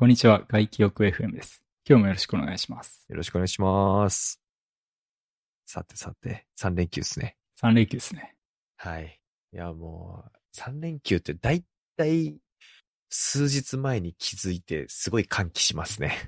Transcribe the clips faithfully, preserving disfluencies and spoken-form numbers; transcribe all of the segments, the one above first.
こんにちは、外気浴 エフエム です。今日もよろしくお願いします。 よろしくお願いします。さてさて、さん連休ですね。 さん連休ですね。 はい。いや、もう、さん連休ってだいたい数日前に気づいて、すごい歓喜しますね。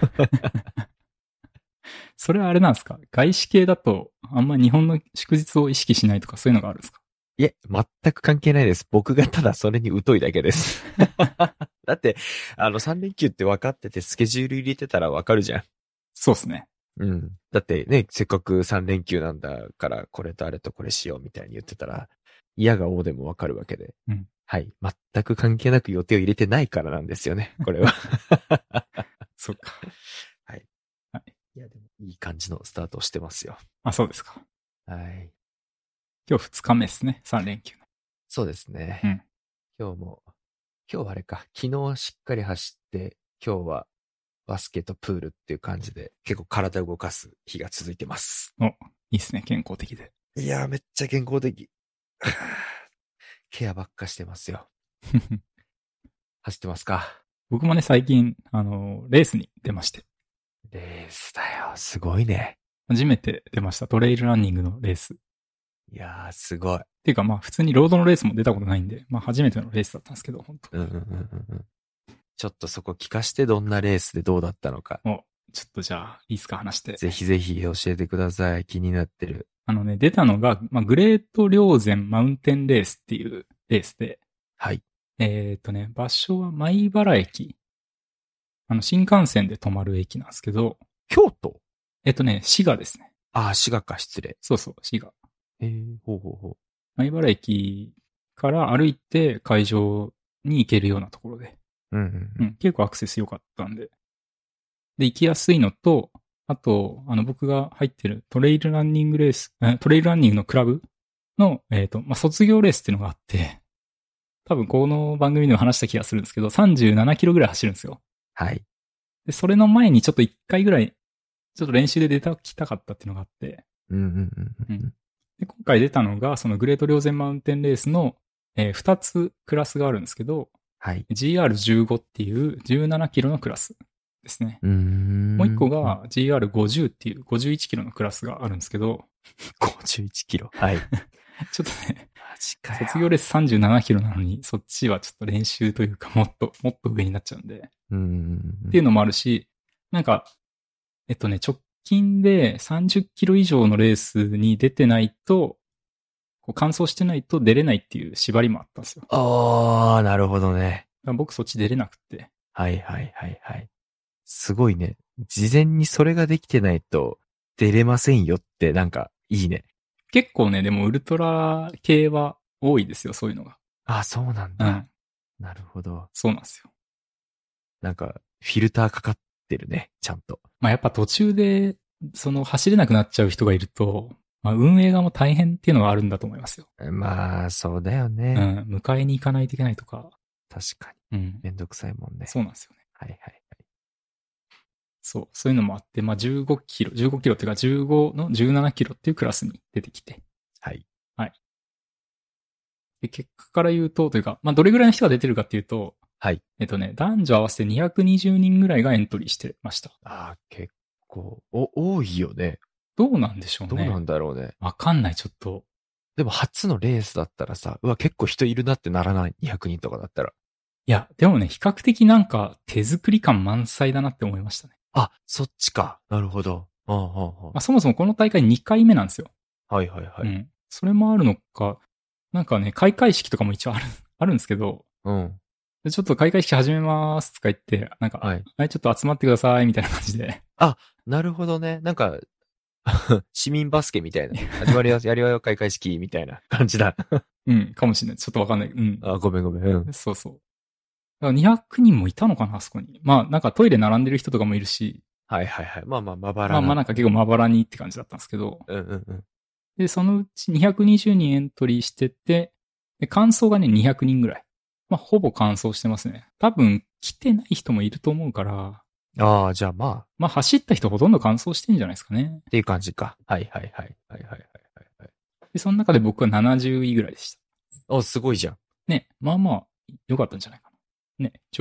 それはあれなんですか？外資系だと、あんま日本の祝日を意識しないとかそういうのがあるんですか？ いえ、全く関係ないです。僕がただそれに疎いだけです。だって、あの、さん連休って分かってて、スケジュール入れてたら分かるじゃん。 そうですね。 うん。だってね、せっかくさん連休なんだから、これとあれとこれしようみたいに言ってたら、嫌が応でも分かるわけで。 うん。 はい。全く関係なく予定を入れてないからなんですよね、これは。 そっか。 はい。 はい。 いや、でも、いい感じのスタートをしてますよ。 あ、そうですか。 はい。 今日ふつかめですね。さん連休の。 そうですね。 うん。 今日も、今日はあれか、昨日しっかり走って、今日はバスケとプールっていう感じで、結構体を動かす日が続いてます。 お、いいっすね。健康的で。 いやー、めっちゃ健康的。ケアばっかしてますよ。走ってますか？ 僕もね、最近、あの、レースに出まして。 レースだよ。すごいね。 初めて出ました。トレイルランニングのレース。っいやー、すごい。 ていうか、まあ、普通にロードのレースも出たことないんで、まあ、初めてのレースだったんですけど、本当うんうんうんうんうん。ちょっとそこ聞かしてどんなレースでどうだったのか。 お、ちょっとじゃあ、いいっすか、話して。 ぜひぜひ教えてください。気になってる。 あのね、出たのが、まあ、グレート稜線マウンテンレースっていうレースで、 はい。 えーっとね、場所は米原駅。あの、新幹線で止まる駅なんですけど、 京都？ えっとね、滋賀ですね。 ああ、滋賀か、失礼。 そうそう、滋賀。 えー、ほうほうほう。 米原駅から歩いて会場に行けるようなところで、 うんうんうん。 うん、結構アクセス良かったんで。で、行きやすいのと、あと、あの、僕が入ってるトレイルランニングレース、えトレイルランニングのクラブの、えっと、まあ、卒業レースっていうのがあって、多分この番組でも話した気がするんですけど、さんじゅうななキロぐらい走るんですよ。 はい。 で、それの前にちょっといっかいぐらい、ちょっと練習で出た、きたかったっていうのがあって、 うんうんうんうん。 うん。 で、今回出たのが、そのグレート稜線マウンテンレースの、えー、ふたつクラスがあるんですけど、 はい。 ジーアールじゅうご っていうじゅうななキロのクラスですね。 うーん。 もう一個が ジーアールごじゅう っていうごじゅういちキロのクラスがあるんですけど、 ごじゅういちキロ。はい。 ちょっとね、 マジかよ。 卒業レースさんじゅうななキロなのに、そっちはちょっと練習というか、もっと、もっと上になっちゃうんで、っうんうんうん。 ていうのもあるし、なんか、えっとね、直近でさんじゅっキロ以上のレースに出てないと、こう完走してないと出れないっていう縛りもあったんですよ。だかああ、なるほどね。 ら僕そっち出れなくて。 はいはいはいはい。すごいね。事前にそれができてないと出れませんよってなんかいいね。 結構ね、でもウルトラ系は多いですよ、そういうのが。 ああ、そうなんだ。 うん。 なるほど。 そうなんですよ。 なんか、フィルターかかってるね。ちゃんと。 まあやっぱ途中で、その走れなくなっちゃう人がいると、まあ運営側も大変っていうのがあるんだと思いますよ。 まあ、そうだようね。 ん。迎えに行かないといけないとか。 確かうん。 に。めんどくさいもんね。 そうなんですよね。 はいはいはい。 そう。そういうのもあって、まあじゅうごキロ、じゅうごキロっていうかじゅうごのじゅうななキロっていうクラスに出てきて。 はい。 はい。で、結果から言うと、というか、まあどれぐらいの人が出てるかっていうと、 はい。 えっとね、男女合わせてにひゃくにじゅうにんぐらいがエントリーしてました。 ああ、結構、お、多いよね。 どうなんでしょうね。 どうなんだろうね。 わかんない、ちょっと。 でも初のレースだったらさ、うわ、結構人いるなってならない？ にひゃく 人とかだったら。 いや、でもね、比較的なんか手作り感満載だなって思いましたね。 あ、そっちか。なるほど。ああ、はあ、はまあそもそもこの大会にかいめなんですよ。 あ。はいはいはい。 うん。それもあるのか、なんかね、開会式とかも一応ある、あるんですけど、 うん。 でちょっと開会式始めますとか言って、なんか、 はい。 はい、ちょっと集まってくださいみたいな感じで。 あ、なるほどね。なんか、市民バスケみたいな。始まりよ、やりわよ開会式みたいな感じだ。 うん、かもしれない。ちょっとわかんない。うん。 あ、ごめんごめん。うん。 そうそう。だからにひゃくにんもいたのかな、あそこに。まあ、なんかトイレ並んでる人とかもいるし、 はいはいはい。まあまあ、まばまあまあなんらなんだね。 か結構まばらにって感じだったんですけど、 うんうんうん。 で、そのうちにひゃくにじゅうにんエントリーしてて、で、完走がね、にひゃくにんぐらい。まあ、ほぼ完走してますね。多分、来てない人もいると思うから、 ああ、じゃあまあ、っまあ、走った人ほとんど完走してんじゃないですかね。 ていう感じか。はいはいはい。はいはいはいはいはい。 で、その中で僕はななじゅういぐらいでした。 お、すごいじゃん。 ね、まあまあ、良かったんじゃないかな。ね、上位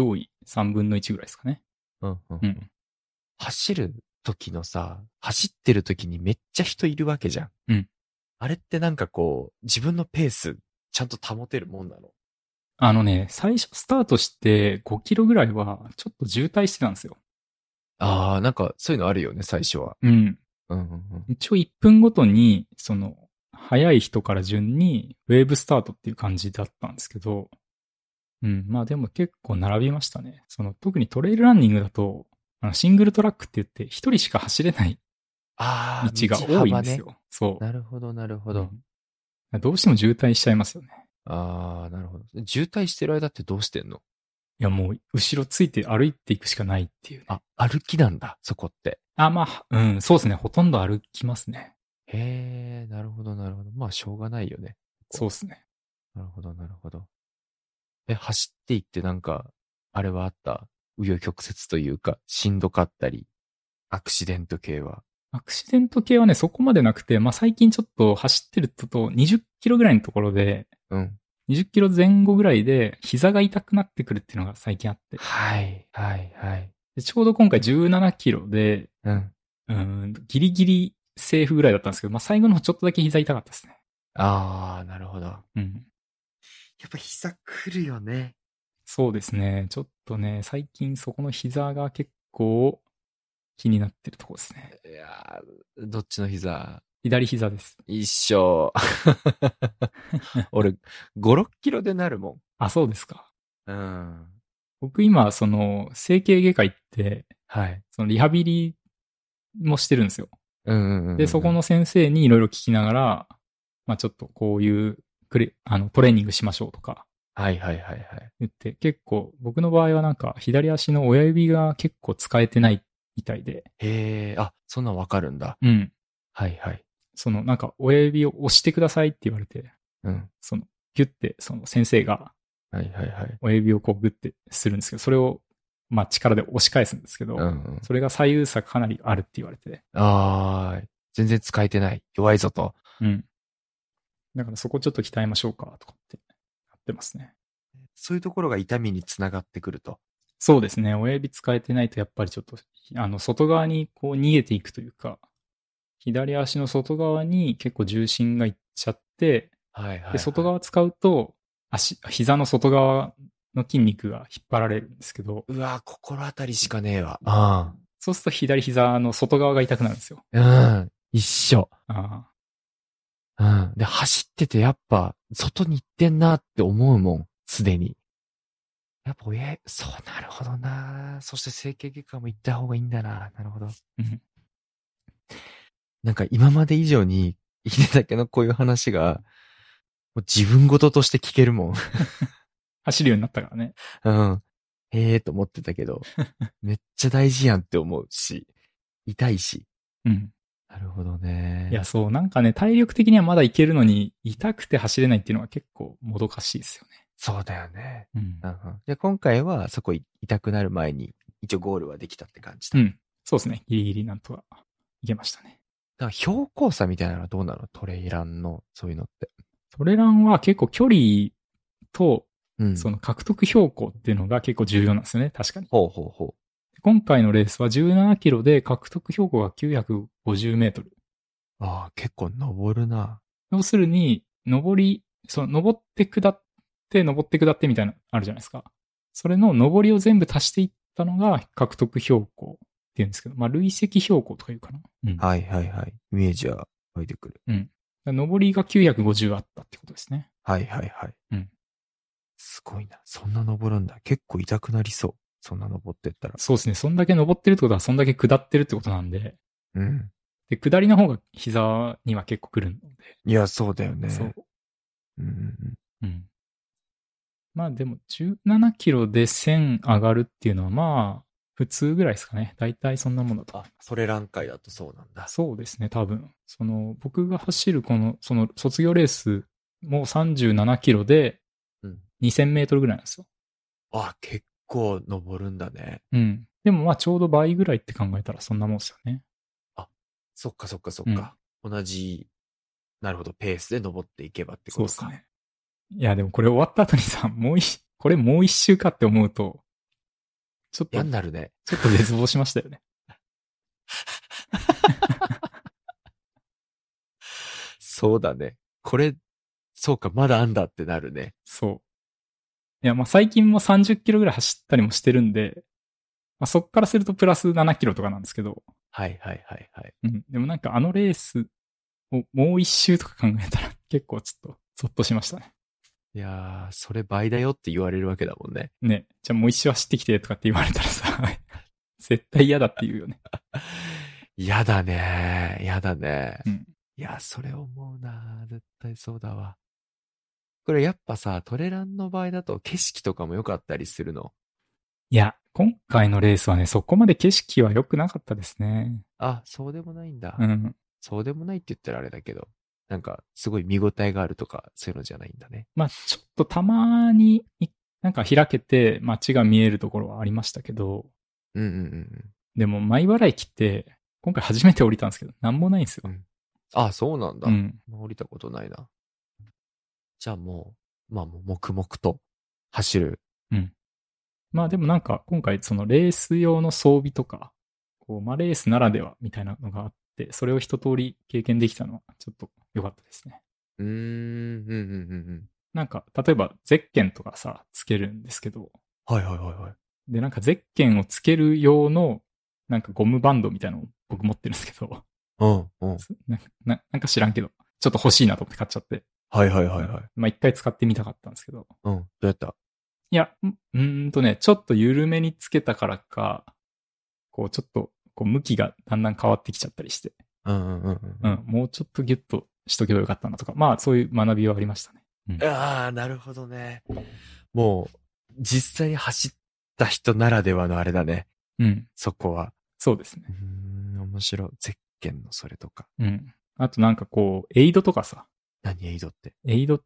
さんぶんのいちぐらいですかね。 うんうんうん。 うん。 走る時のさ、走ってる時にめっちゃ人いるわけじゃん。 うん。 あれってなんかこう、自分のペース、ちゃんと保てるもんなの？ あのね、最初スタートしてごキロぐらいはちょっと渋滞してたんですよ。 ああ、なんかそういうのあるよね、最初は。 うん。 うんうんうん。 一応いっぷんごとに、その、早い人から順にウェーブスタートっていう感じだったんですけど、うん。まあでも結構並びましたね。その、特にトレイルランニングだと、あのシングルトラックって言って一人しか走れない道ああ、道が多いん幅ね。 ですよ。そなるほど、なるほう。 ど。 うん。どうしても渋滞しちゃいますよね。 ああ、なるほど。渋滞してる間ってどうしてんの？ いやもう、後ろついて歩いていくしかないっていうね。 あ、歩きなんだ、そこって。 あ、まあ、うん、そうですね。ほとんど歩きますね。 へえ、なるほど、なるほど。まあ、しょうがないよね。 そうですね。 なるほど、なるほど。え、走っていってなんか、あれはあった？紆余曲折というか、しんどかったり、アクシデント系は。 アクシデント系はね、そこまでなくて、まあ最近ちょっと走ってるととにじゅっキロぐらいのところで、 うん。 にじゅっキロぜん後ぐらいで膝が痛くなってくるっていうのが最近あって。 はい、はい、はい。 でちょうど今回じゅうななキロで、 うん。 うーん、ギリギリセーフぐらいだったんですけど、まあ最後の方ちょっとだけ膝痛かったですね。 ああ、なるほど。 うん。 やっぱ膝くるよね。 そうですね。ちょっとね、最近そこの膝が結構気になってるところですね。 いやー、どっちの膝？ 左膝です。 一緒。俺、ご、ろっキロでなるもあ、そうですか。 ん。うん。 僕今、その、整形外科行って、 はい。 そのリハビリもしてるんですよ。 うんうんうんうん。 で、そこの先生にいろいろ聞きながら、まあちょっとこういうクレ、あの、トレーニングしましょうとかはいはいはいはい。 言って、結構、僕の場合はなんか左足の親指が結構使えてないみたいで、 へえ、あ、そんなんわかるんだ。 うん。 はいはい。 そのなんか親指を押してくださいって言われて、 うん。 その、ギュッて、その先生がはいはいはい。 親指をこうグッてするんですけど、それを、まあ力で押し返すんですけど、 うんうん。 それが左右差かなりあるって言われて、 あー、全然使えてない。弱いぞと。 うん。だからそこちょっと鍛えましょうか、とかってやってますね。 そういうところが痛みにつながってくると。 そうですね。親指使えてないとやっぱりちょっと、あの、外側にこう逃げていくというか、左足の外側に結構重心がいっちゃって、で、 はいはいはい。 外側使うと、足、膝の外側の筋肉が引っ張られるんですけど、 うわ、心当たりしかねえわ。あそうすると左膝の外側が痛くなるんですよ。 あ。うん。一緒。 あうん。で、走っててやっぱ、外に行ってんなって思うもん。すでに。やっぱ親、そうなるほどな。そして整形外科も行った方がいいんだな。なるほど。 うん。 なんか今まで以上に、秀武のこういう話が、もう自分事として聞けるもん。 走るようになったからね。 うん。へえーと思ってたけど、めっちゃ大事やんって思うし、痛いし。 うん。 なるほどね。 いや、そう、なんかね、体力的にはまだいけるのに、痛くて走れないっていうのは結構もどかしいですよね。 そうだよね。 うんう。んうん、で、今回はそこ痛くなる前に、一応ゴールはできたって感じだ。 うん。そうですね。ギリギリなんとかいけましたね。 だから標高差みたいなのはどうなの？トレイランの、そういうのって。 トレランは結構距離と、 うん。 その獲得標高っていうのが結構重要なんですよね。確かに。 ほうほうほう。 今回のレースはじゅうななキロで獲得標高がきゅうひゃくごじゅうメートル。 ああ、結構登るな。 要するに、登り、その登って下って、登って下ってみたいなのあるじゃないですか。それの登りを全部足していったのが獲得標高っていうんですけど、まあ累積標高とかいうかな。うん。 はいはいはい。イメージは湧いてくる。 うん。登りがきゅうひゃくごじゅうあったってことですね。 はいはいはい。 うん。 すごいな。そんな登るんだ。結構痛くなりそう。そんな登ってったら。 そうですね。そんだけ登ってるってことはそんだけ下ってるってことなんで、 うん。 で、下りの方が膝には結構来るので。 いや、そうだよね。 そう。 うんうんうん。 うん。まあでもじゅうななキロでせん上がるっていうのはまあ普通ぐらいですかね。だいたいそんなもんだと思います。 トレラン界だとそうなんだ。 そうですね、多分。その僕が走るこの、その卒業レースもさんじゅうななキロでうん。 にせんメートルぐらいなんですよ。 あ、結構登るんだね。 うん。でもまあちょうど倍ぐらいって考えたらそんなもんですよね。 あ、そっかそっかそっか。同じ、なるほど、ペースで登っていけばってことか。 そうですね。いやでもこれ終わった後にさ、もう一、これもう一周かって思うと、 ちょっと、 嫌になるね。 ちょっと絶望しましたよね。 そうだね。これ、そうか、まだあんだってなるね。 そう。いや、まあ最近もさんじゅっキロぐらい走ったりもしてるんで、まあそっからするとプラスななキロとかなんですけど、 はいはいはいはい。 うん。でもなんかあのレースをもう一周とか考えたら結構ちょっとゾッとしましたね。 いやー、それ倍だよって言われるわけだもんね。 ね。じゃあもう一周走ってきてとかって言われたらさ、絶対嫌だって言うよね。 嫌だね。嫌だね。 うん。 いや、それ思うな。絶対そうだわ。これやっぱさ、トレランの場合だと景色とかも良かったりするの。 いや、今回のレースはね、そこまで景色は良くなかったですね。 あ、そうでもないんだ。 うん。 そうでもないって言ったらあれだけど、なんか、すごい見応えがあるとか、そういうのじゃないんだね。 まあちょっとたまに、なんか開けて街が見えるところはありましたけど、 うんうんうんでも前原駅って、今回初めて降りたんですけど、なんもないんですよ。 うん。あ、そうなんだ。 うん。 降りたことないな。じゃあもう、まあもう黙々と走る。 うん。まあでもなんか今回そのレース用の装備とか、こう、まあレースならではみたいなのがあって、それを一通り経験できたのはちょっと良かったですね。 うーん、うんうんうんうん。 なんか、例えばゼッケンとかさ、つけるんですけど、 はいはいはいはい。 で、なんかゼッケンをつける用の、なんかゴムバンドみたいなのを僕持ってるんですけど、 うんうん。 なななんか知らんけど、ちょっと欲しいなと思って買っちゃって。 はいはいはいはい。 まあ一回使ってみたかったんですけど。 うん。どうやった？ いや、んうーんとね、ちょっと緩めにつけたからか、こうちょっと、こう向きがだんだん変わってきちゃったりして。 うんうんうんううん。 ん、もうちょっとギュッとしとけばよかったなとか。まあそういう学びはありましたね。うん、 ああ、なるほどね。もう、実際に走った人ならではのあれだね。 うん。 そこは。 そうですね。 うーん、面白い。ゼッケンのそれとか。 うん。あとなんかこう、エイドとかさ。 何エイドって。 エイドって、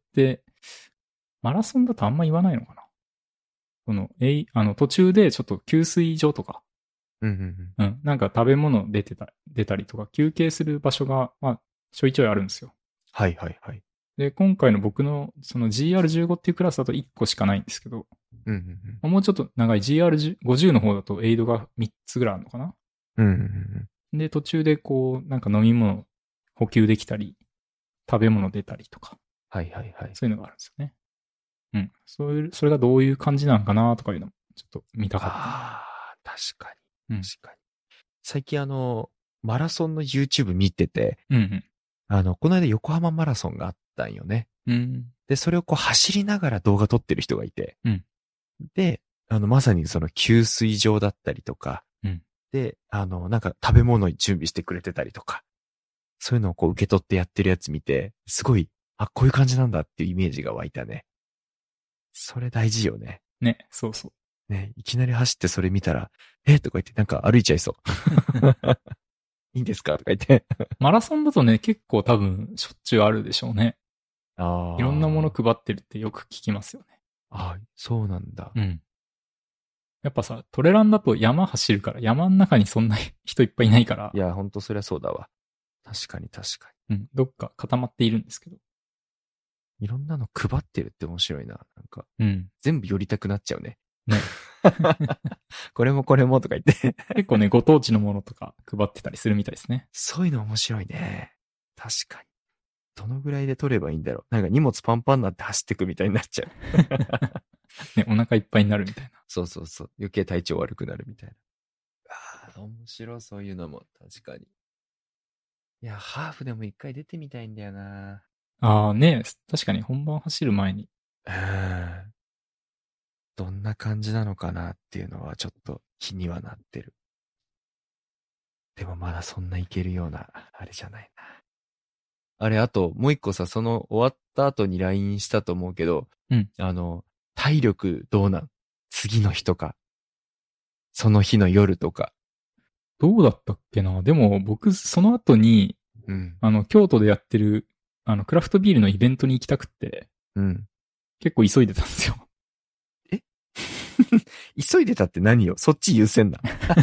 マラソンだとあんま言わないのかな。この、えい、あの、途中でちょっと給水所とか、 うんうんうん。 うん、なんか食べ物出てた、出たりとか、休憩する場所が、まあ、ちょいちょいあるんですよ。 はいはいはい。 で、今回の僕の、その ジーアールじゅうご っていうクラスだといっこしかないんですけど、 うんうんもうちょっと長い ジーアールごじゅう の方だとエイドがみっつぐらいあるのかな。 うん。うんうんうん。 で、途中でこう、なんか飲み物補給できたり、食べ物出たりとか、 はいはいはい。 そういうのがあるんですよね。うん。そういう、それがどういう感じなのかなとかいうのも、ちょっと見たかった。 ああ、確かに。 うん。 確かに。最近あの、マラソンの YouTube 見てて、 うんあの、この間横浜マラソンがあったんよね。 うん。うん。 で、それをこう走りながら動画撮ってる人がいて、 うんで、あの、まさにその給水場だったりとか、 うんで、あの、なんか食べ物準備してくれてたりとか、そういうのをこう受け取ってやってるやつ見て、すごい、あ、こういう感じなんだっていうイメージが湧いたね。それ大事よね。 ね、そうそう。 ね、いきなり走ってそれ見たら、えとか言ってなんか歩いちゃいそう。いいんですかとか言って。 マラソンだとね、結構多分しょっちゅうあるでしょうね。 ああ。 いろんなもの配ってるってよく聞きますよね。 ああ、そうなんだ。 うん。やっぱさ、トレランだと山走るから山の中にそんな人いっぱいいないから、 いや、ほんとそりゃそうだわ。確かに確かうん、どっか固まっているんですけど。 に。いろんなの配ってるって面白いな。なんか、 うん。 全部寄りたくなっちゃうね。 ね。 これもこれもとか言って。 結構ね、ご当地のものとか配ってたりするみたいですね。 そういうの面白いね。確かに。どのぐらいで取ればいいんだろう。なんか荷物パンパンになって走ってくみたいになっちゃう。 ね、お腹いっぱいになるみたいな。 そうそうそう。余計体調悪くなるみたいな。ああ、面白い、そういうのも。確かに。いや、ハーフでも一回出てみたいんだよな。 ああね、確かに本番走る前に。 うん。どんな感じなのかなっていうのはちょっと気にはなってる。でもまだそんないけるような、あれじゃないな。あれ、あと、もう一個さ、その終わった後に ライン したと思うけど、 うん。 あの、体力どうなん？次の日とか、その日の夜とか。 どうだったっけな。でも僕、その後に、 うん。 あの、京都でやってる、あの、クラフトビールのイベントに行きたくって、 うん。 結構急いでたんですよ。 え急いでたって何よ？そっち優先な。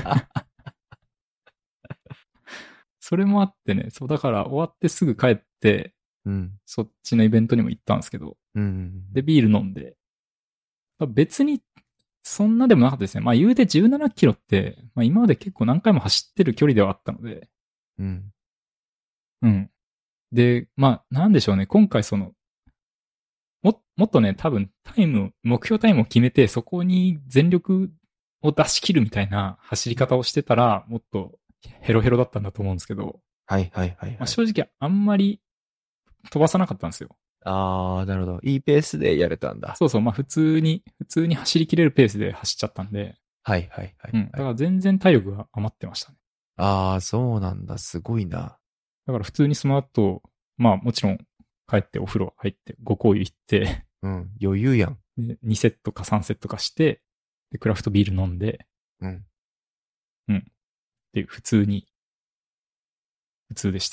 それもあってね、そう、だから終わってすぐ帰って、 うん。 そっちのイベントにも行ったんですけど、 うん。 で、ビール飲んで、別にそんなでもなかったですね。まあ言うてじゅうななキロって、まあ今まで結構何回も走ってる距離ではあったので。 うん。 うん。で、まあなんでしょうね。今回その、も、もっとね、多分タイム、目標タイムを決めて、そこに全力を出し切るみたいな走り方をしてたら、もっとヘロヘロだったんだと思うんですけど、 はいはいはい、はい。 まあ、正直あんまり飛ばさなかったんですよ。 あー、なるほど。いいペースでやれたんだ。 そうそう、まあ普通に、普通に走り切れるペースで走っちゃったんで、 はいはいはい、はい。 うん。だから全然体力が余ってましたね。 あー、そうなんだ。すごいな。 だから普通にその後、まあもちろん帰ってお風呂入ってごこう湯行って、 うん、余裕やん。 でにセットかさんセットかして、で、クラフトビール飲んで、 うん。 うん。っていう普通に、普通でした。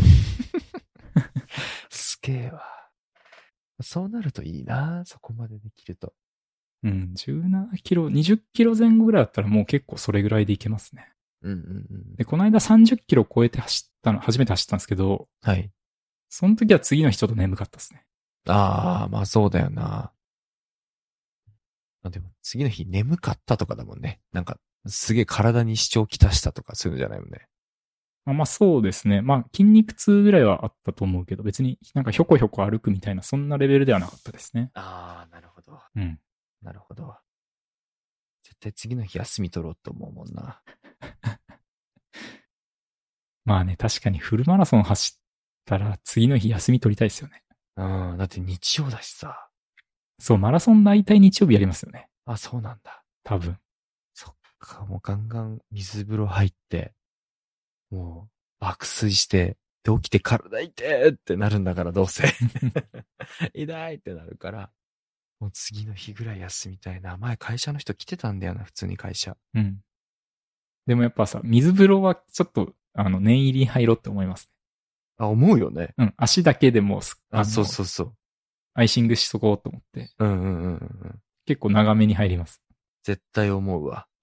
すげえわ。そうなるといいな、そこまでできると。 うん、じゅうななキロ、にじゅっキロ前後ぐらいだったらもう結構それぐらいでいけますね。 うんうんうん。 で、この間さんじゅっキロ超えて走ったの、初めて走ったんですけど、 はい。 その時は次の日ちょっと眠かったですね。 ああ、まあそうだよな。でも次の日眠かったとかだもんね。なんか、すげえ体に支障をきたしたとかそういうのじゃないもんね。 あまあそうですね。まあ筋肉痛ぐらいはあったと思うけど、別になんかひょこひょこ歩くみたいな、そんなレベルではなかったですね。 ああ、なるほど。 うん。 なるほど。絶対次の日休み取ろうと思うもんな。 まあね、確かにフルマラソン走ったら次の日休み取りたいですよね。 うん、だって日曜だしさ。 そう、マラソン大体日曜日やりますよね。 あ、そうなんだ。 多分。 そっか、もうガンガン水風呂入って、もう爆睡して、で起きて体痛いってなるんだからどうせ。痛いってなるから、もう次の日ぐらい休みたいな。前会社の人来てたんだよな、普通に会社。 うん。でもやっぱさ、水風呂はちょっと、あの、念入りに入ろうって思います。 あ、思うよね。 うん。足だけでもす、 あ、そうそうそう。 アイシングしとこうと思って。 うんうんうんうん。 結構長めに入ります。 絶対思うわ。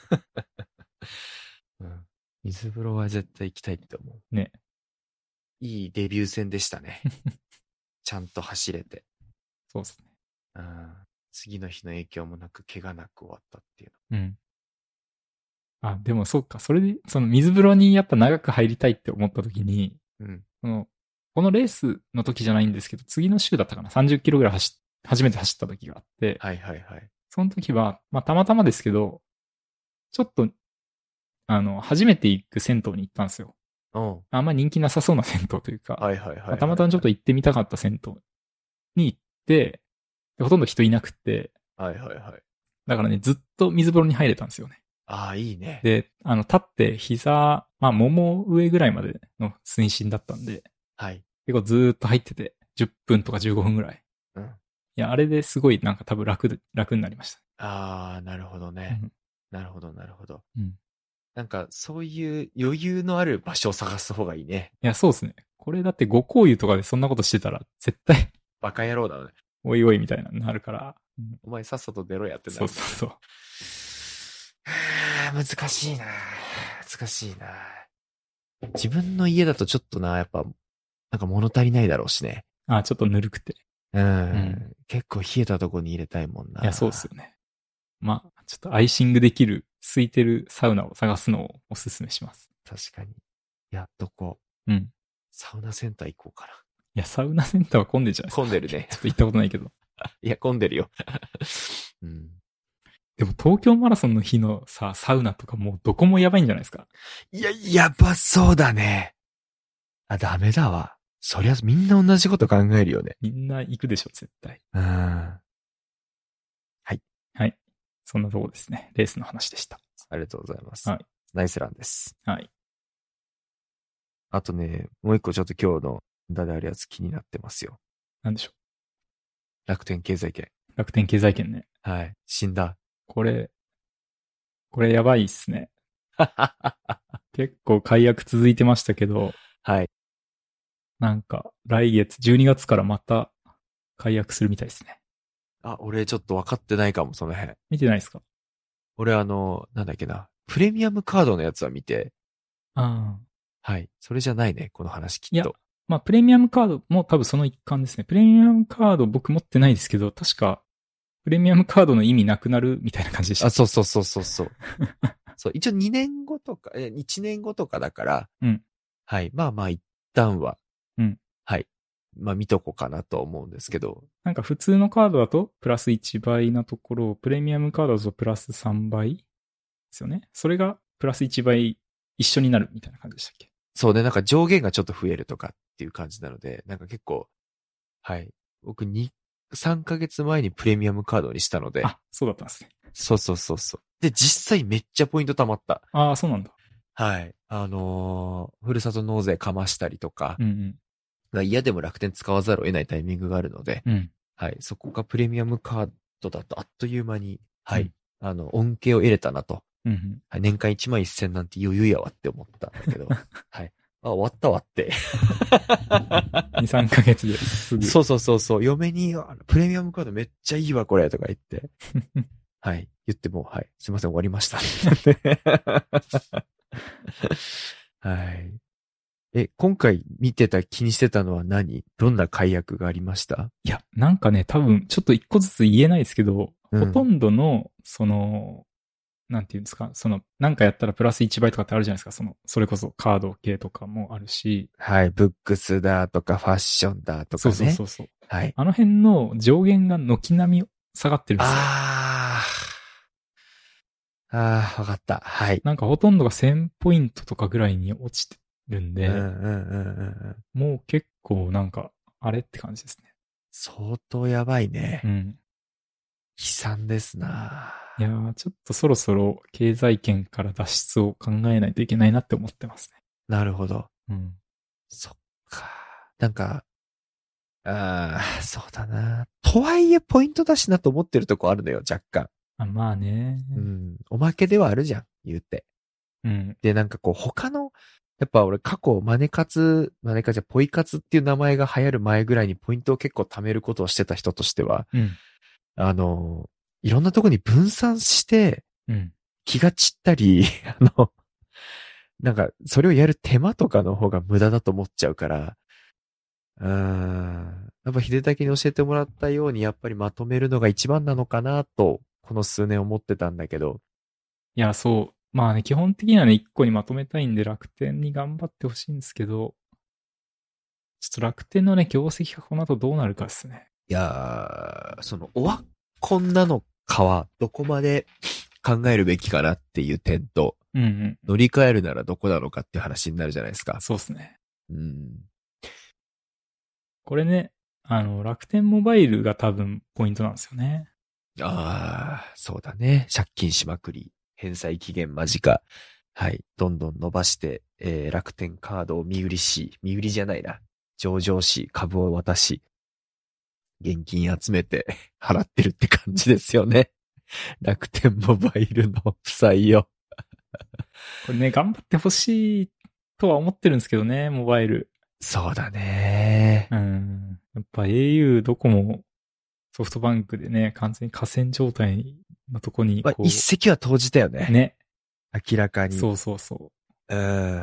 うん、水風呂は絶対行きたいって思う。 ね。 いいデビュー戦でしたね。ちゃんと走れて。 そうですね。 うん。次の日の影響もなく、怪我なく終わったっていううん。あ、でもそうか。それで、その水風呂にやっぱ長く入りたいって思った時に、 の。うん。 その、このレースの時じゃないんですけど、次の週だったかな。さんじゅっキロぐらい走っ、初めて走った時があって、 はいはいはい。 その時は、まあたまたまですけど、ちょっと、あの、初めて行く銭湯に行ったんですよ。 うん。 あんま人気なさそうな銭湯というか、 はいはいはいはい、はい。 まあたまたまちょっと行ってみたかった銭湯に行って、ほとんど人いなくて、 はいはいはい。 だからね、ずっと水風呂に入れたんですよね。 ああ、いいね。 で、あの、立って膝、まあ、もも上ぐらいまでの水深だったんで、 はい。 結構ずーっと入ってて、じゅっぷんとかじゅうごふんぐらい。 うん。 いや、あれですごいなんか多分楽で、楽になりました。 ああ、なるほどね。 うん。 なるほどなるほど。 うん。 なんか、そういう余裕のある場所を探す方がいいね。 いや、そうですね。これだってごこう湯とかでそんなことしてたら、絶対、 バカ野郎だね。 おいおいみたいなのになるから。うん、 お前さっさと出ろやってなる。 そうそうそう。 はあ、難しいな。難しいな。自分の家だとちょっとな、やっぱ、なんか物足りないだろうしね。 あ、ちょっとぬるくて。 うん。 うん、 結構冷えたとこに入れたいもんな。 いや、そうっすよね。まあ、ちょっとアイシングできる、空いてるサウナを探すのをおすすめします。 確かに。やっとこう。うん。 サウナセンター行こうかな。 いや、サウナセンターは混んでるじゃないですか。 混んでるね。 ちょっと行ったことないけど。 いや、混んでるよ。うん。 でも東京マラソンの日のさ、サウナとかもうどこもやばいんじゃないですか。 いや、やばそうだね。あ、ダメだわ。そりゃみんな同じこと考えるよね。 みんな行くでしょ、絶対。 うん。はい。 はい。そんなとこですね。レースの話でした。 ありがとうございます。 はい。 ナイスランです。 はい。 あとね、もう一個ちょっと今日のダであるやつ気になってますよ。 なんでしょう。 楽天経済圏。 楽天経済圏ね。 はい。死んだ。 これ、これやばいっすね。結構解約続いてましたけど、 はい。 なんか来月、じゅうにがつからまた解約するみたいですね。 あ、俺ちょっと分かってないかも、その辺。 見てないですか？ 俺あの、なんだっけな。プレミアムカードのやつは見て、 ああ。 はい。それじゃないね、この話きいやっと。、 まあプレミアムカードも多分その一環ですね。プレミアムカード僕持ってないですけど、確かプレミアムカードの意味なくなるみたいな感じでした。 あ、そうそうそうそうそう。そう、一応にねんごとか、え、いちねんごとかだから、 うん。 はい。まあまあ、一旦は、 うん。 はい。まあ見とこうかなと思うんですけど。 なんか普通のカードだとプラスいちばいなところ、プレミアムカードだとプラスさんばいですよね。それがプラスいちばい一緒になるみたいな感じでしたっけ？ そうね、なんか上限がちょっと増えるとかっていう感じなので、なんか結構、はい。僕に、さんかげつまえにプレミアムカードにしたので。 あ、そうだったんですね。 そうそうそうそう。で、実際めっちゃポイント貯まった。 ああ、そうなんだ。 はい。あのー、ふるさと納税かましたりとか、 うんうん、嫌でも楽天使わざるを得ないタイミングがあるので、 うん。うん。 はい。そこがプレミアムカードだとあっという間に、はい。 うん、 あの、恩恵を得れたなと。 うんうん。 はい、年間いちまんせんなんて余裕やわって思ったんだけど。はい。あ、終わったわって。 に、さんかげつですぐ。 そうそうそうそう。嫁に、プレミアムカードめっちゃいいわ、これ、とか言って。はい。言っても、はい。すいません、終わりました。はい。え、今回見てた、気にしてたのは何？どんな解約がありました？ いや、なんかね、多分、ちょっと一個ずつ言えないですけど、 うん、 ほとんどの、その、なんていうんですか、その、なんかやったらプラスいちばいとかってあるじゃないですか、その、それこそカード系とかもあるし。 はい。ブックスだとか、ファッションだとかね。 そうそうそうそう。 はい。 あの辺の上限が軒並み下がってるんですよ。 あー。あー、わかった。はい。 なんかほとんどがせんポイントとかぐらいに落ちてるんで、 うんうんうんうんうん。 もう結構なんか、あれって感じですね。 相当やばいね。 うん。 悲惨ですないやー、ちょっとそろそろ経済圏から脱出を考えないといけないなって思ってますね。 なるほど。 うん。 そっか。なんか、ああ、そうだな。とはいえ、ポイントだしなと思ってるとこあるのよ、若干。 あ、まあね。 うん。おまけではあるじゃん、言うて。 うん。 で、なんかこう、他の、やっぱ俺過去、マネ活、マネ活じゃ、ポイ活っていう名前が流行る前ぐらいにポイントを結構貯めることをしてた人としては、 うん。 あの、いろんなとこに分散して、 うん。 気が散ったり、あの、なんか、それをやる手間とかの方が無駄だと思っちゃうから、うーん。やっぱ秀武に教えてもらったように、やっぱりまとめるのが一番なのかなと、この数年思ってたんだけど。 いや、そう。まあね、基本的にはね、一個にまとめたいんで楽天に頑張ってほしいんですけど、ちょっと楽天のね、業績がこの後どうなるかですね。 いやー、その、オワコンなのかは、どこまで考えるべきかなっていう点と、 うんうん。 乗り換えるならどこなのかっていう話になるじゃないですか。 そうですね。 うん。 これね、あの、楽天モバイルが多分ポイントなんですよね。 ああ、そうだね。借金しまくり、返済期限間近。はい。どんどん伸ばして、えー、楽天カードを見売りし、見売りじゃないな。上場し、株を渡し、現金集めて払ってるって感じですよね。楽天モバイルの負債を。 これね、頑張ってほしいとは思ってるんですけどね、モバイル。 そうだね。 うん。やっぱ エーユー どこもソフトバンクでね、完全に河川状態のとこにまあ、 こう、 一石は投じたよね。 ね。 明らかに。 そうそうそう。 うん。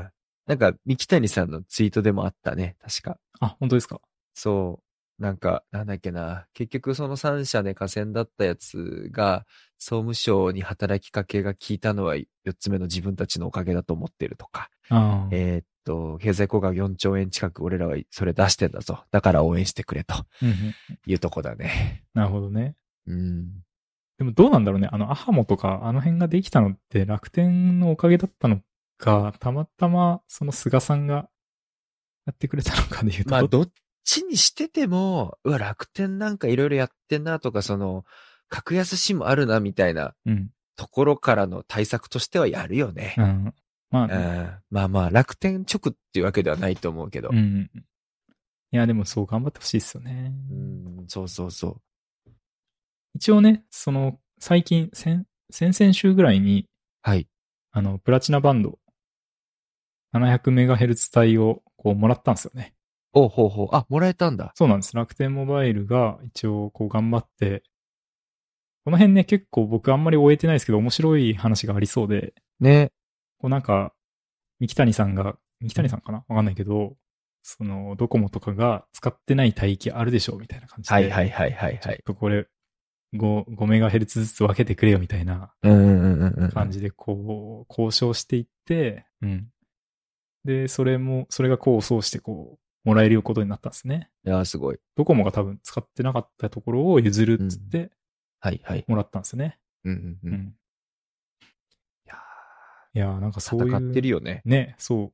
なんか、三木谷さんのツイートでもあったね。確か。 あ、本当ですか？ そう。なんか、なんだっけな。結局そのさん社で河川だったやつが、総務省に働きかけが効いたのはよっつめの自分たちのおかげだと思ってるとか。 ああ。 えーっと、経済効果よんちょうえん近く俺らはそれ出してんだぞ。だから応援してくれとうんうん。 いうとこだね。 なるほどね。 うん。 でもどうなんだろうね。あの、アハモとか、あの辺ができたのって楽天のおかげだったのか、たまたまその菅さんがやってくれたのかでいうと。 まあ、どっちにしてても、うわ、楽天なんかいろいろやってんなとか、その、格安シムあるなみたいなうん。 ところからの対策としてはやるよね。 うん。まあ、ね、 うん、まあまあ、楽天直っていうわけではないと思うけど。 うん。いや、でもそう頑張ってほしいですよね。 うん、そうそうそう。 一応ね、その、最近、先、先々週ぐらいに、 はい。 あの、プラチナバンド、ななひゃくメガヘルツ 帯をこうもらったんですよね。 おうほうほう。あ、もらえたんだ。 そうなんです。楽天モバイルが一応こう頑張って、この辺ね、結構僕あんまり終えてないですけど、面白い話がありそうで、 ね。 こうなんか、三木谷さんが、三木谷さんかなわかんないけど、その、ドコモとかが使ってない帯域あるでしょみたいな感じで。 はいはいはいはいちょっはい。 とこれ、 ご、ごメガヘルツずつ分けてくれよみたいなうんうんうんうんうん。 感じでこう、交渉していって、うん。で、それも、それが功を奏してこう、もらえることになったんですね。 いやーすごい。 ドコモが多分使ってなかったところを譲るっつってはいはい。 もらったんですよね。 うんうんう。 うんん。 いやいやーなんかーそういう。 戦ってるよね。 ね、そう。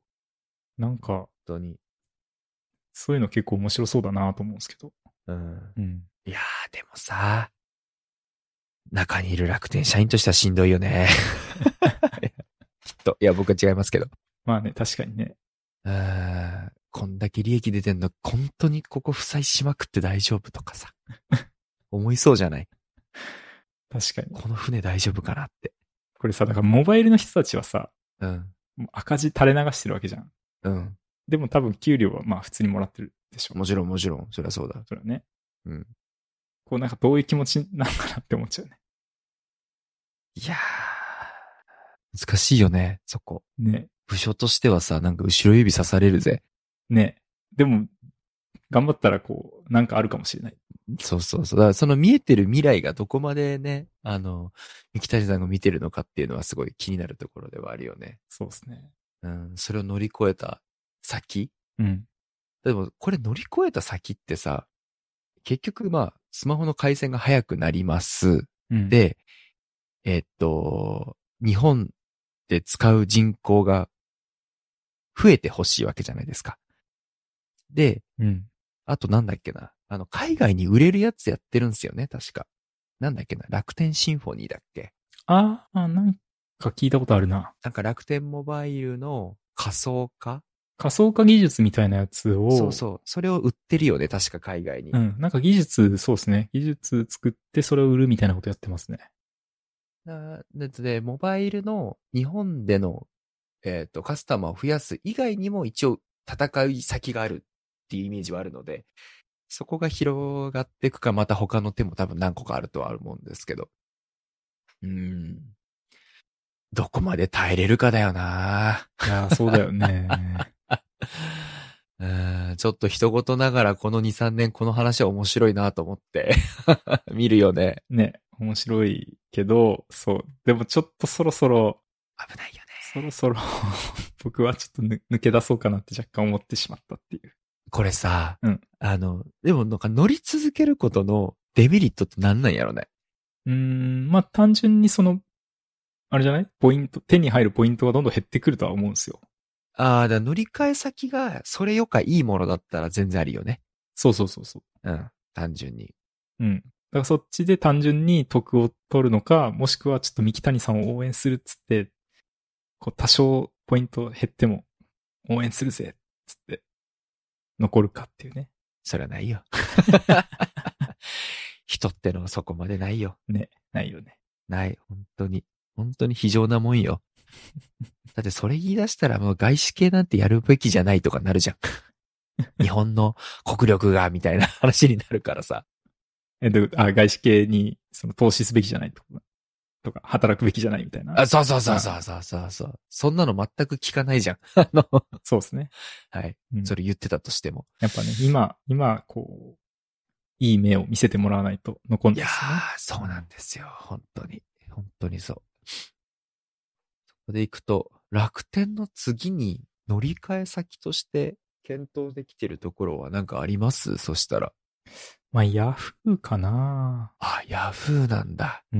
なんか、 本当に。 そういうの結構面白そうだなと思うんですけど。 うん。 うん。 いやーでもさ、中にいる楽天社員としてはしんどいよね。きっと。いや、僕は違いますけど。 まあね、確かにね。 うーん。こんだけ利益出てんの、本当にここ負債しまくって大丈夫とかさ。思いそうじゃない？ 確かに。 この船大丈夫かなって。 これさ、だからモバイルの人たちはさ、 うん。 もう赤字垂れ流してるわけじゃん。 うん。 でも多分給料はまあ普通にもらってるでしょ。 もちろんもちろん。そりゃそうだ。 それはね。 うん。 こうなんかどういう気持ちなのかなって思っちゃうね。 いやー、難しいよね、そこ。 ね。 部署としてはさ、なんか後ろ指刺されるぜ。 ね。でも、頑張ったらこう、なんかあるかもしれない。 そうそうそう。だからその見えてる未来がどこまでね、あの、三木谷さんが見てるのかっていうのはすごい気になるところではあるよね。 そうですね。 うん。それを乗り越えた先。 うん。 でも、これ乗り越えた先ってさ、結局まあ、スマホの回線が速くなります。 うん、 で、えっと、日本で使う人口が増えてほしいわけじゃないですか。で、 うん。 あとなんだっけな。あの、海外に売れるやつやってるんですよね、確か。なんだっけな。楽天シンフォニーだっけ。 ああ、なんか聞いたことあるな。 なんか楽天モバイルの仮想化。 仮想化技術みたいなやつを。 そうそう。それを売ってるよね、確か海外に。 うん。なんか技術、そうですね。技術作ってそれを売るみたいなことやってますね。 なので、モバイルの日本での、えっと、カスタマーを増やす以外にも一応戦い先があるっていうイメージはあるので、そこが広がっていくか、また他の手も多分何個かあるとは思うんですけど。うーん。どこまで耐えれるかだよないやー、そうだよね。 うーん、ちょっと人事ながらこのに、さんねんこの話は面白いなと思って見るよね。 ね。面白いけど、そう。でもちょっとそろそろ、 危ないよね。 そろそろ僕はちょっとぬ抜け出そうかなって若干思ってしまったっていう。 これさ、 うん。 あの、でもなんか乗り続けることのデメリットって何なんやろね。 うーん、まあ単純にその、あれじゃないポイント、手に入るポイントがどんどん減ってくるとは思うんですよ。 ああ、だから乗り換え先がそれよかいいものだったら全然あるよね。 そうそうそうそう。 うん、単純に。 うん。だからそっちで単純に得を取るのか、もしくはちょっと三木谷さんを応援するっつって、こう多少ポイント減っても応援するぜっつって残るかっていうね。 それはないよ。人ってのはそこまでないよ。 ね。ないよね。 ない。本当に。本当に非常なもんよ。だってそれ言い出したらもう外資系なんてやるべきじゃないとかなるじゃん。日本の国力が、みたいな話になるからさ。 え、どういうことあ、外資系にその投資すべきじゃないとか、とか、働くべきじゃないみたいな。 あ、そうそうそうそうそうそうそう。そんなの全く聞かないじゃん。あの、 そうですね。 はい。 うん、 それ言ってたとしても。 やっぱね、今、今、こう、いい目を見せてもらわないと残んいやないですよね。 ー、そうなんですよ。本当に。本当にそう。そこで行くと、楽天の次に乗り換え先として検討できてるところは何かあります？そしたら。 まあ、ヤフーかな。 あ、ヤフーなんだ。 うん。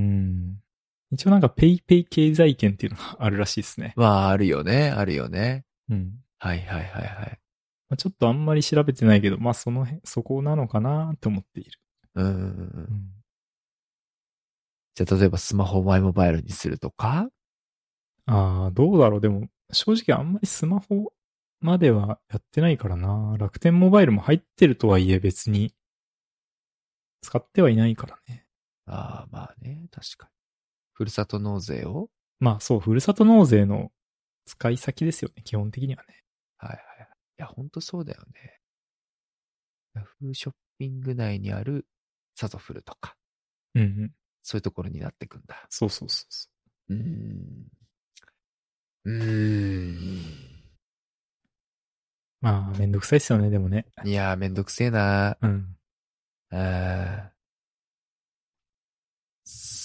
一応なんかペイペイ経済圏っていうのがあるらしいですね。 まあ、あるよね。あるよね。 うん。 はいはいはいはい。 まあ、ちょっとあんまり調べてないけど、まあその辺、そこなのかなって思っている。 うんうんうん。 うんじゃあ、例えばスマホマイモバイルにするとか。 ああ、どうだろう。でも、正直あんまりスマホまではやってないからな。楽天モバイルも入ってるとはいえ別に使ってはいないからね。 ああ、まあね。確かに。ふるさと納税を。 まあそう、ふるさと納税の使い先ですよね。基本的にはね。 はいはいはい。いや、ほんとそうだよね。ヤフーショッピング内にあるサゾフルとか、 うんうん。 そういうところになってくんだ。 そうそうそうそうーん。うーん。 う。まあ、めんどくさいっすよね、でもね。 いやー、めんどくせえなうん。 ー。あー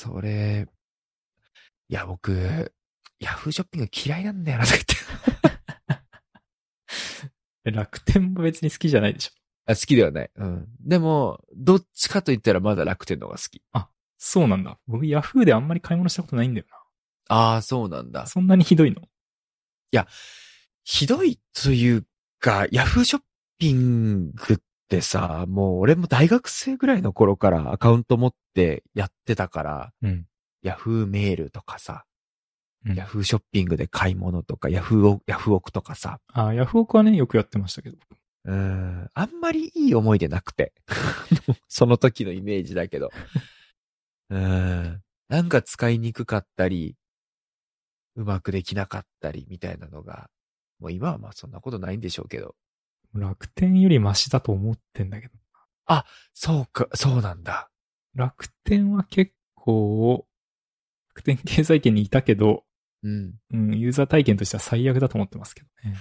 それ、いや、僕、ヤフーショッピング嫌いなんだよな、とか言って。 え楽天も別に好きじゃないでしょ。 あ、好きではない。うん。でも、どっちかと言ったらまだ楽天の方が好き。 あ、そうなんだ。僕ヤフーであんまり買い物したことないんだよな。 ああ、そうなんだ。 そんなにひどいの？ いや、ひどいというか、ヤフーショッピングってさ、もう俺も大学生ぐらいの頃からアカウント持ってやってたから、 うん。 ヤフーメールとかさ、 うん、 ヤフーショッピングで買い物とか、ヤフーオ、ヤフオクとかさ、 あ、ヤフオクはね、よくやってましたけど。 うーん、あんまりいい思い出なくて。その時のイメージだけど。うーん、なんか使いにくかったり、うまくできなかったりみたいなのが、もう今はまあそんなことないんでしょうけど。 楽天よりマシだと思ってんだけど。 あ、そうか、そうなんだ。 楽天は結構、楽天経済圏にいたけど、 うん。 うん、ユーザー体験としては最悪だと思ってますけどね。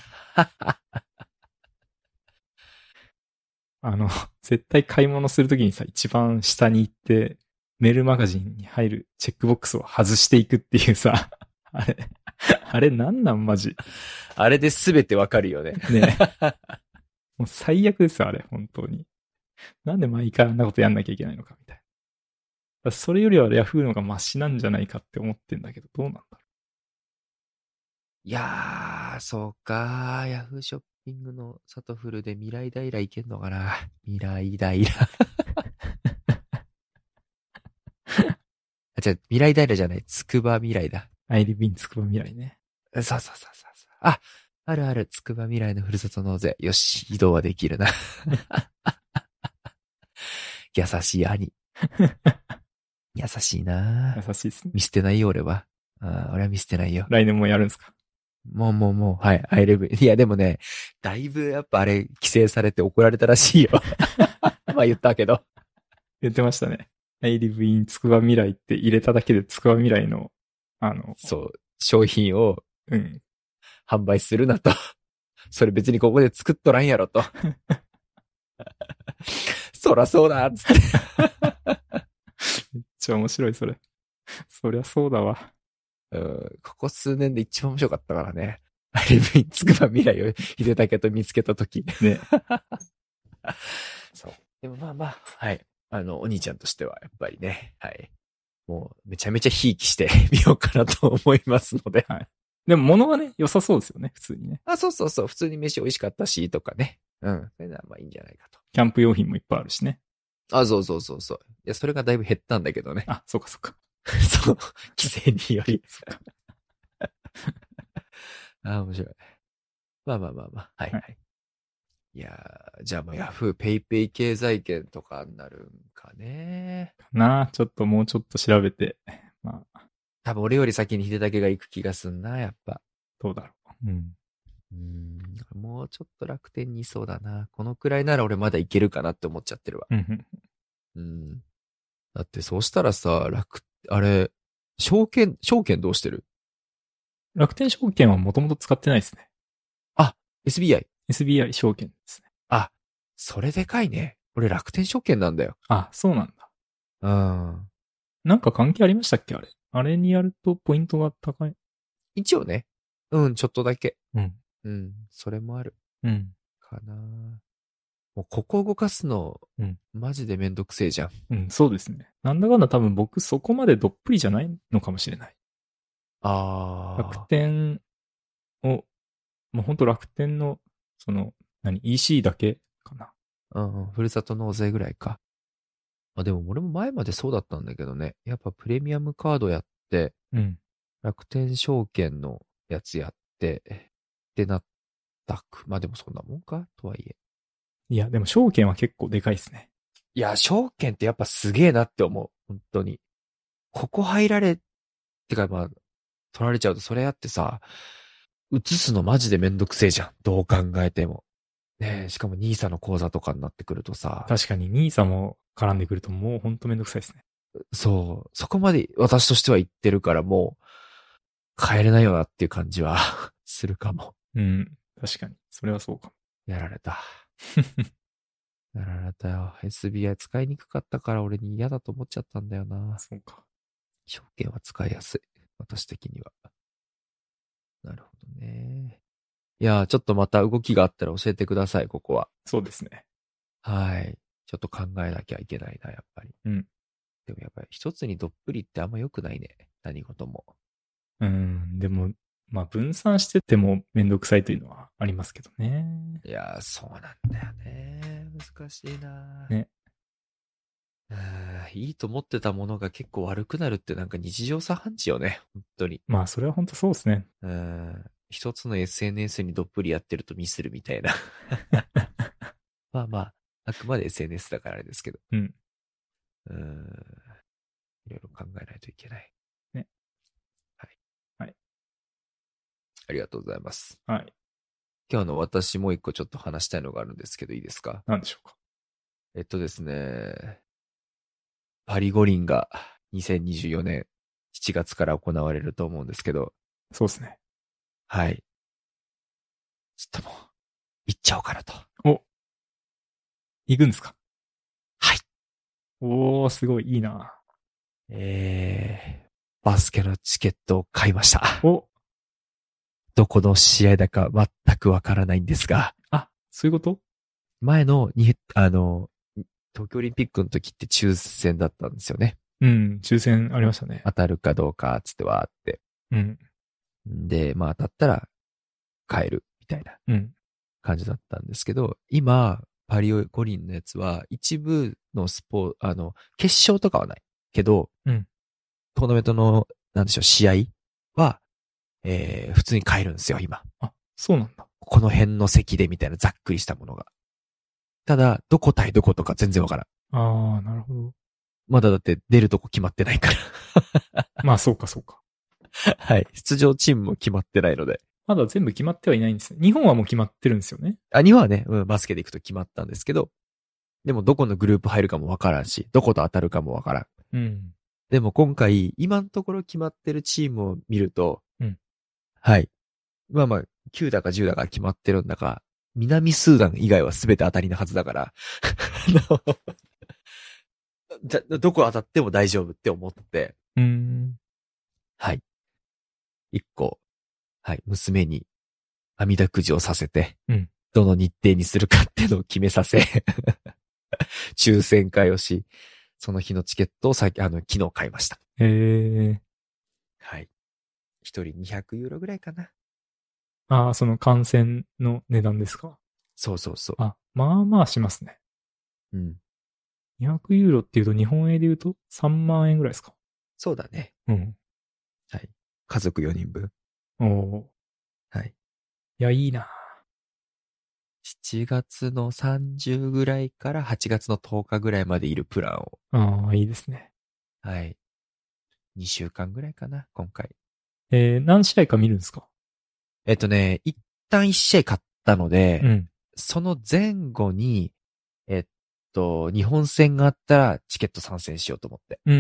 あの、絶対買い物するときにさ、一番下に行って、メールマガジンに入るチェックボックスを外していくっていうさ、あれ、あれなんなんマジ。 あれで全てわかるよね。 ねもう最悪ですよ、あれ、本当に。なんで毎回あんなことやんなきゃいけないのか、みたいな。それよりはヤフーのがマシなんじゃないかって思ってんだけど、どうなんだろいやー、そうか。ヤフーショッピングのサトフルで未来平いけんのかな。未来平。あ、じゃ未来平じゃない。つくば未来だ。 う。アイリビンつくば未来ね。 そうそうそうそうそう。あ、あるある。つくば未来のふるさと納税。よし、移動はできるな。優しい兄。優しいな。 優しいですね。 見捨てないよ、俺は。あー俺は見捨てないよ。 来年もやるんですか？ もうもうもう、はい、アイレブ。いや、でもね、だいぶやっぱあれ、規制されて怒られたらしいよ。まあ言ったけど。 言ってましたね。I live in つくば未来って入れただけでつくば未来の、あの、 そう、商品をうん。 販売するなと。それ別にここで作っとらんやろと。そらそうだっつって。 めっちゃ面白い、それ。そりゃそうだわ。 うん、ここ数年で一番面白かったからね。アイレブインつくば未来を秀武と見つけたとき。 ね。 そう。でもまあまあ、はい。あの、お兄ちゃんとしては、やっぱりね、はい。もう、めちゃめちゃひいきしてみようかなと思いますので。 はい。でも物はね、良さそうですよね、普通にね。 あ、そうそうそう。普通に飯美味しかったし、とかね。うん。そういうのはまあいいんじゃないかと。 キャンプ用品もいっぱいあるしね。 あ、そうそうそうそう。いや、それがだいぶ減ったんだけどね。 あ、そうかそうか。 そう。規制により。 そうか。 あ、面白い。まあまあまあまあ。はいはい。はい、いやー、じゃあもうヤフーペイペイ経済圏とかになるんかね。 かなちょっともうちょっと調べて。まあ。 多分俺より先に秀武が行く気がすんな、やっぱ。 どうだろう。うん。 うーん。もうちょっと楽天にいそうだな。このくらいなら俺まだいけるかなって思っちゃってるわ。 うん。 うん。だってそうしたらさ、楽、あれ、証券、証券どうしてる？ 楽天証券はもともと使ってないですね。 あ、エスビーアイ。 エスビーアイ 証券ですね。 あ、それでかいね。俺楽天証券なんだよ。 あ、そうなんだ。 うん。 なんか関係ありましたっけあれ。あれにやるとポイントが高い。 一応ね。うん、ちょっとだけ。 うん。 うん、それもある。 うん。 かな。もうここ動かすの、 うん。 マジでめんどくせえじゃん。 うん、そうですね。なんだかんだ多分僕そこまでどっぷりじゃないのかもしれない。楽あ天を、もうほんと楽天の、その、何、イーシー だけかな。 あ。うん、ふるさと納税ぐらいか。あ、でも俺も前までそうだったんだけどね。やっぱプレミアムカードやって、 うん。 楽天証券のやつやって、ってなったく。まあでもそんなもんかとはいえ。 いや、でも証券は結構でかいですね。 いや、証券ってやっぱすげえなって思う。本当に。ここ入られ、ってかまあ、取られちゃうとそれやってさ、移すのマジでめんどくせえじゃん。どう考えても。ねえ、しかもニーサの口座とかになってくるとさ、 確かにニーサも絡んでくるともうほんとめんどくさいですね。 そう、そこまで私としては言ってるからもう、変えれないよなっていう感じはするかも。 うん。確かに。それはそうかも。 やられた。やられたよ。エスビーアイ 使いにくかったから俺に嫌だと思っちゃったんだよな。 そうか。 証券は使いやすい。私的には。なるほどね。いやー、ちょっとまた動きがあったら教えてください、ここは。 そうですね。 はい。ちょっと考えなきゃいけないな、やっぱり。 うん。 でもやっぱり一つにどっぷりってあんま良くないね。何事も。 うん。でも、まあ分散しててもめんどくさいというのはありますけどね。 いやー、そうなんだよね。難しいなね。 うーんいいと思ってたものが結構悪くなるってなんか日常茶飯事よね。本当に。 まあそれは本当そうですね。 うーん一つの エスエヌエス にどっぷりやってるとミスるみたいな。まあまあ、あくまで エスエヌエス だからあれですけど。 うん。 うーん。いろいろ考えないといけない。 ね。 はい。 はい。 ありがとうございます。 はい。 今日の私もう一個ちょっと話したいのがあるんですけどいいですか？ なんでしょうか。 えっとですね、パリ五輪がにせんにじゅうよねんしちがつから行われると思うんですけど、 そうですね。 はい。ちょっともう、行っちゃおうかなと。 お、行くんですか？ はい。 おー、すごいいいな。 えー、バスケのチケットを買いました。 お、 どこの試合だか全くわからないんですが、 あ、そういうこと？ 前のに、あの、東京オリンピックの時って抽選だったんですよね。 うん、抽選ありましたね。 当たるかどうか、つってはあって。 うん、 で、まあ当たったら買えるみたいなうん、 感じだったんですけど、今、パリ五輪のやつは一部のスポー、あの、決勝とかはないけど、 うん。 トーナメントの、なんでしょう、試合は、えー、普通に買えるんですよ、今。 あ、そうなんだ。 この辺の席でみたいなざっくりしたものが。ただ、どこ対どことか全然わからん。 あー、なるほど。 まだだって出るとこ決まってないから。 まあそうかそうか。 はい。出場チームも決まってないので。 まだ全部決まってはいないんですね。日本はもう決まってるんですよね。 あ、日本はね、うん、バスケで行くと決まったんですけど、でもどこのグループ入るかもわからんし、どこと当たるかもわからん。 うん。 でも今回、今のところ決まってるチームを見ると、 うん。 はい。まあまあ、きゅうだかじゅうだか決まってるんだか、南スーダン以外は全て当たりなはずだから、あのじゃどこ当たっても大丈夫って思って、 うーん。 はい。一個、はい、娘に網だくじをさせて、 うん。 どの日程にするかっていうのを決めさせ、抽選会をし、その日のチケットをさあの、昨日買いました。 へえ。 はい。一人にひゃくユーロぐらいかな。 ああ、その観戦の値段ですか？ そうそうそう。 あ、まあまあしますね。 うん。 にひゃくユーロっていうと日本円で言うとさんまん円ぐらいですか？ そうだね。 うん。 はい。家族よにんぶん。 おお。 はい。 いや、いいな。 しちがつのさんじゅうぐらいからはちがつのとおかぐらいまでいるプランを。 ああ、いいですね。 はい。にしゅうかんぐらいかな、今回。 えー、何試合か見るんですか？ えっとね、一旦いち試合買ったので、 うん。 その前後に、えっと、日本戦があったらチケット参戦しようと思って。っうん。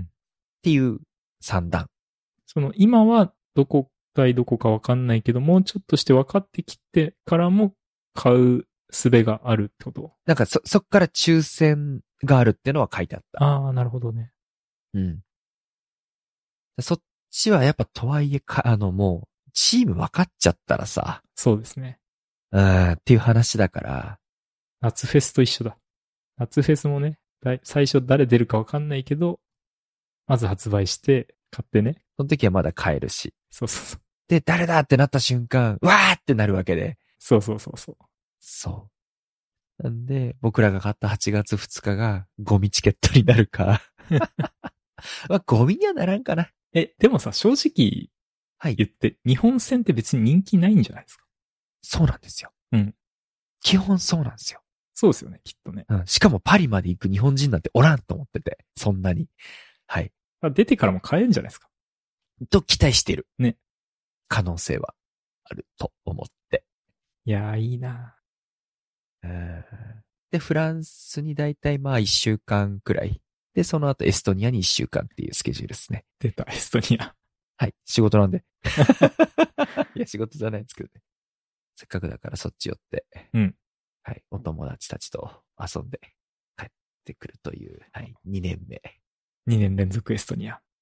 ていう算段。 その、今はどこ対どこかわかんないけど、もうちょっとして分かってきてからも買う術があるってこと？ なんかそ、そっから抽選があるっていうのは書いてあった。 ああ、なるほどね。 うん。そっちはやっぱとはいえか、あのもう、チーム分かっちゃったらさ、 そうですね。 うーん、っていう話だから、 夏フェスと一緒だ。夏フェスもね、だい最初誰出るかわかんないけど、まず発売して買ってね。 その時はまだ買えるし。 そうそうそう。 で、誰だってなった瞬間、わーってなるわけで。 そうそうそうそう。 そう。なんで、僕らが買ったはちがつふつかがゴミチケットになるか。まあ、ゴミにはならんかな。 え、でもさ、正直はい。 言って、日本戦って別に人気ないんじゃないですか？ そうなんですよ。 うん。 基本そうなんですよ。 そうですよね、きっとね。 うん。しかもパリまで行く日本人なんておらんと思ってて。そんなに。はい。 出てからも買えるんじゃないですか？ と期待してる。 ね。 可能性はあると思って。 いやー、いいなうんで、フランスにだいたいまあいっしゅうかんくらい。で、その後エストニアにいっしゅうかんっていうスケジュールですね。 出た、エストニア。 はい。仕事なんで。いや、仕事じゃないんですけどね。せっかくだからそっち寄って。 うん。 はい。お友達たちと遊んで帰ってくるという、はい。にねんめ。 にねん連続エストニア。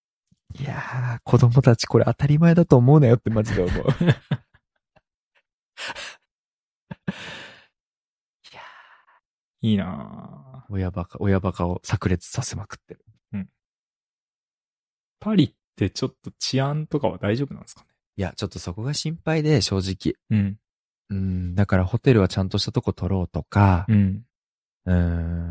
いやー、子供たちこれ当たり前だと思うなよってマジで思う。いやいいなー、親バカ、親バカを炸裂させまくってる。 ぁ。うん。パリってちょっと治安とかは大丈夫なんですかね？ いや、ちょっとそこが心配で、正直。 うん。 うん、だからホテルはちゃんとしたとこ取ろうとか、 うん。 うん、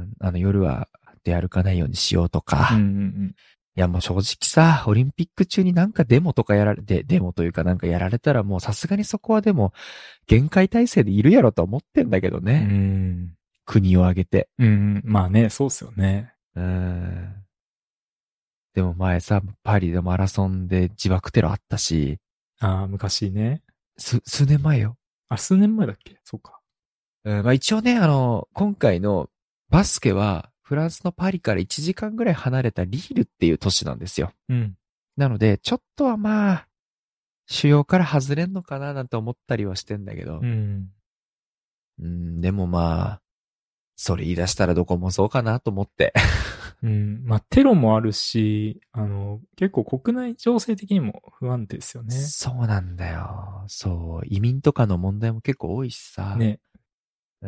あの夜は出歩かないようにしようとか。 うんうんうん。 いやもう正直さ、オリンピック中になんかデモとかやられて、デモというかなんかやられたらもうさすがにそこはでも限界体制でいるやろとは思ってんだけどうね。 ん。 国を挙げて。 うん。まあね、そうっすよね。 うん。でも前さ、パリでマラソンで自爆テロあったし、 ああ、昔ね。 す、数年前よ。 あ、数年前だっけ？そうか。 うん、まあ一応ね、あの、今回のバスケはフランスのパリからいちじかんぐらい離れたリールっていう都市なんですよ。 うん。 なので、ちょっとはまあ、主要から外れんのかななんて思ったりはしてんだけど。 うん。 うん、でもまあ、それ言い出したらどこもそうかなと思って。 うん。まあ、テロもあるし、あの、結構国内情勢的にも不安定ですよね。 そうなんだよ。そう、移民とかの問題も結構多いしさ。 ね。 うん、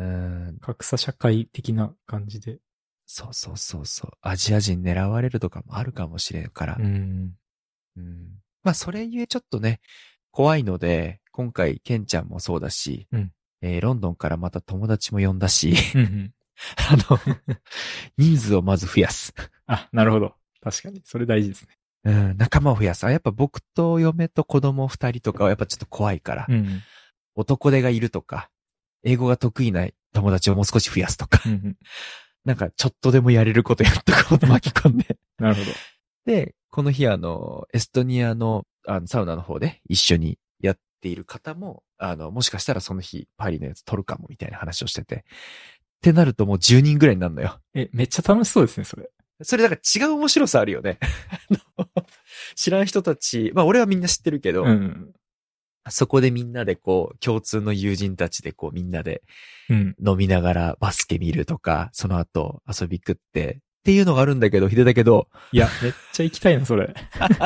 格差社会的な感じで。 そうそうそうそう。アジア人狙われるとかもあるかもしれんから。 うん。 うん、まあ、それゆえちょっとね、怖いので、今回、ケンちゃんもそうだし、 うん。 えーロンドンからまた友達も呼んだし、 うんうん。 あの、人数をまず増やす。 あ、なるほど。確かに。それ大事ですね。 うん、仲間を増やす。あ、やっぱ僕と嫁と子供二人とかはやっぱちょっと怖いから、 うん。 男手がいるとか、英語が得意な友達をもう少し増やすとか、 うんうん。 なんかちょっとでもやれることやっとこうと巻き込んで。 なるほど。 で、この日あの、エストニアのあのサウナの方で一緒にやっている方も、あの、もしかしたらその日パリのやつ撮るかもみたいな話をしてて。ってなるともうじゅうにんぐらいになるのよ。 え、めっちゃ楽しそうですね、それ。 それだから違う面白さあるよね。知らん人たち、まあ俺はみんな知ってるけど、 うん。 そこでみんなでこう、共通の友人たちでこうみんなでうん。 飲みながらバスケ見るとか、その後遊び食ってっていうのがあるんだけど、秀だけど、 いや、めっちゃ行きたいな、それ。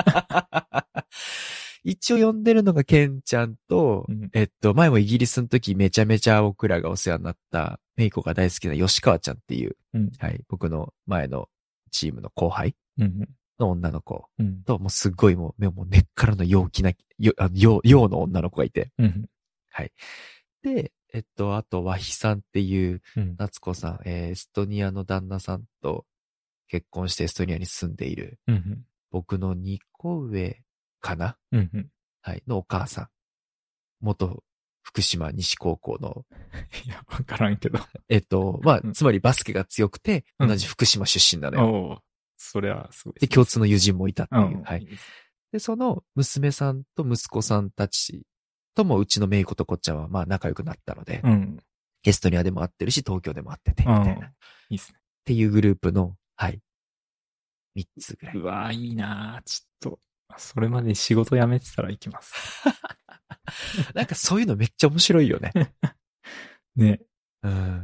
一応呼んでるのがケンちゃんと、 うん。 えっと、前もイギリスの時めちゃめちゃ僕らがお世話になったメイコが大好きな吉川ちゃんっていう、 うん。 はい、僕の前のチームの後輩うん。 の女の子うん。 と、もうすっごいもう、もう根っからの陽気な、よ、あの、陽、陽の女の子がいて、 うん。 はい。で、えっと、あと、和ひさんっていう、 うん。 夏子さん、えーエストニアの旦那さんと結婚してエストニアに住んでいる、 うん。 僕のにこ上かな、 うん。 はい、のお母さん。元福島西高校の、 いや、わからんけど。 えっと、まあう、んつまりバスケが強くて、 うん同じ福島出身なのよ。 おお、それはすごいで、共通の友人もいたってういう。 ん。 はい。 いいですで、その娘さんと息子さんたちともうちのメイコとこっちゃんはまあ仲良くなったので、 うん。 エストニアでも会ってるし、東京でも会ってて、みうん。 たいな。っいいっすね。 ていうグループの、はい。みっつぐらい。 うわーいいなーちょっと、それまで仕事辞めてたら行きます。 なんかそういうのめっちゃ面白いよね。 ね。 うん。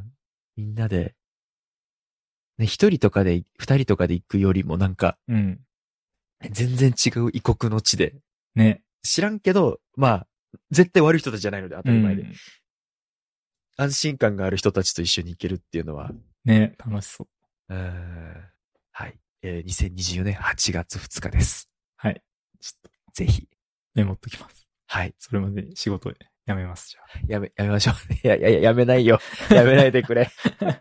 みんなで、ね、一人とかで、二人とかで行くよりもなんか、 うん。 全然違う異国の地で、 ね。 知らんけど、まあ、絶対悪い人たちじゃないので当たり前で。 うん安心感がある人たちと一緒に行けるっていうのは、 ね、楽しそう。 うーんはい。えー、にせんにじゅうよねんはちがつふつかです。 はい。ちょっとぜひ。 メモっときます。 はい。 それまで仕事で辞めます、じゃあ。 やめ、やめましょう。いやいやいや、やめないよ。やめないでくれ。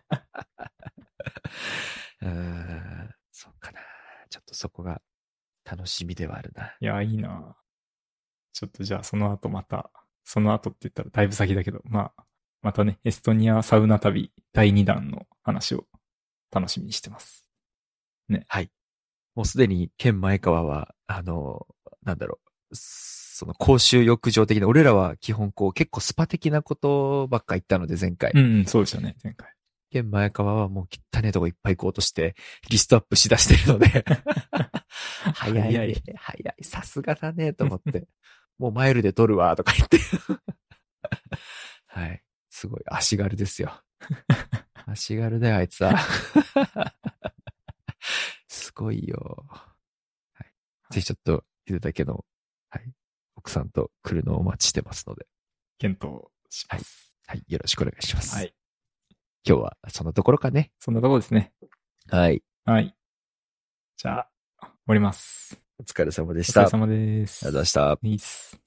うーん、そうかな。ちょっとそこが楽しみではあるな。 いや、いいなちょっとじゃあその後また、その後って言ったらだいぶ先だけど、まあ、またね、エストニアサウナ旅だいにだんの話を楽しみにしてます。ね。 はい。もうすでに、県前川は、あの、なんだろう、その公衆浴場的な、俺らは基本こう結構スパ的なことばっか言ったので前回。 うん、うん、そうでしたね、前回。 県前川はもう汚ねえとこいっぱい行こうとして、リストアップしだしてるので。早い、 早い早い、さすがだね、と思って。もうマイルで撮るわ、とか言って。はい。すごい、足軽ですよ。足軽だよ、あいつは。すごいよ。はい。 ぜひちょっと、秀武の、はい、奥さんと来るのをお待ちしてますので。 検討します。 はい、よろしくお願いします。 はい。 今日はそのところかね。 そんなところですね。 はい。 はい。じゃあ、終わります。 お疲れ様でした。 お疲れ様です。 ありがとうございました。 いいっす。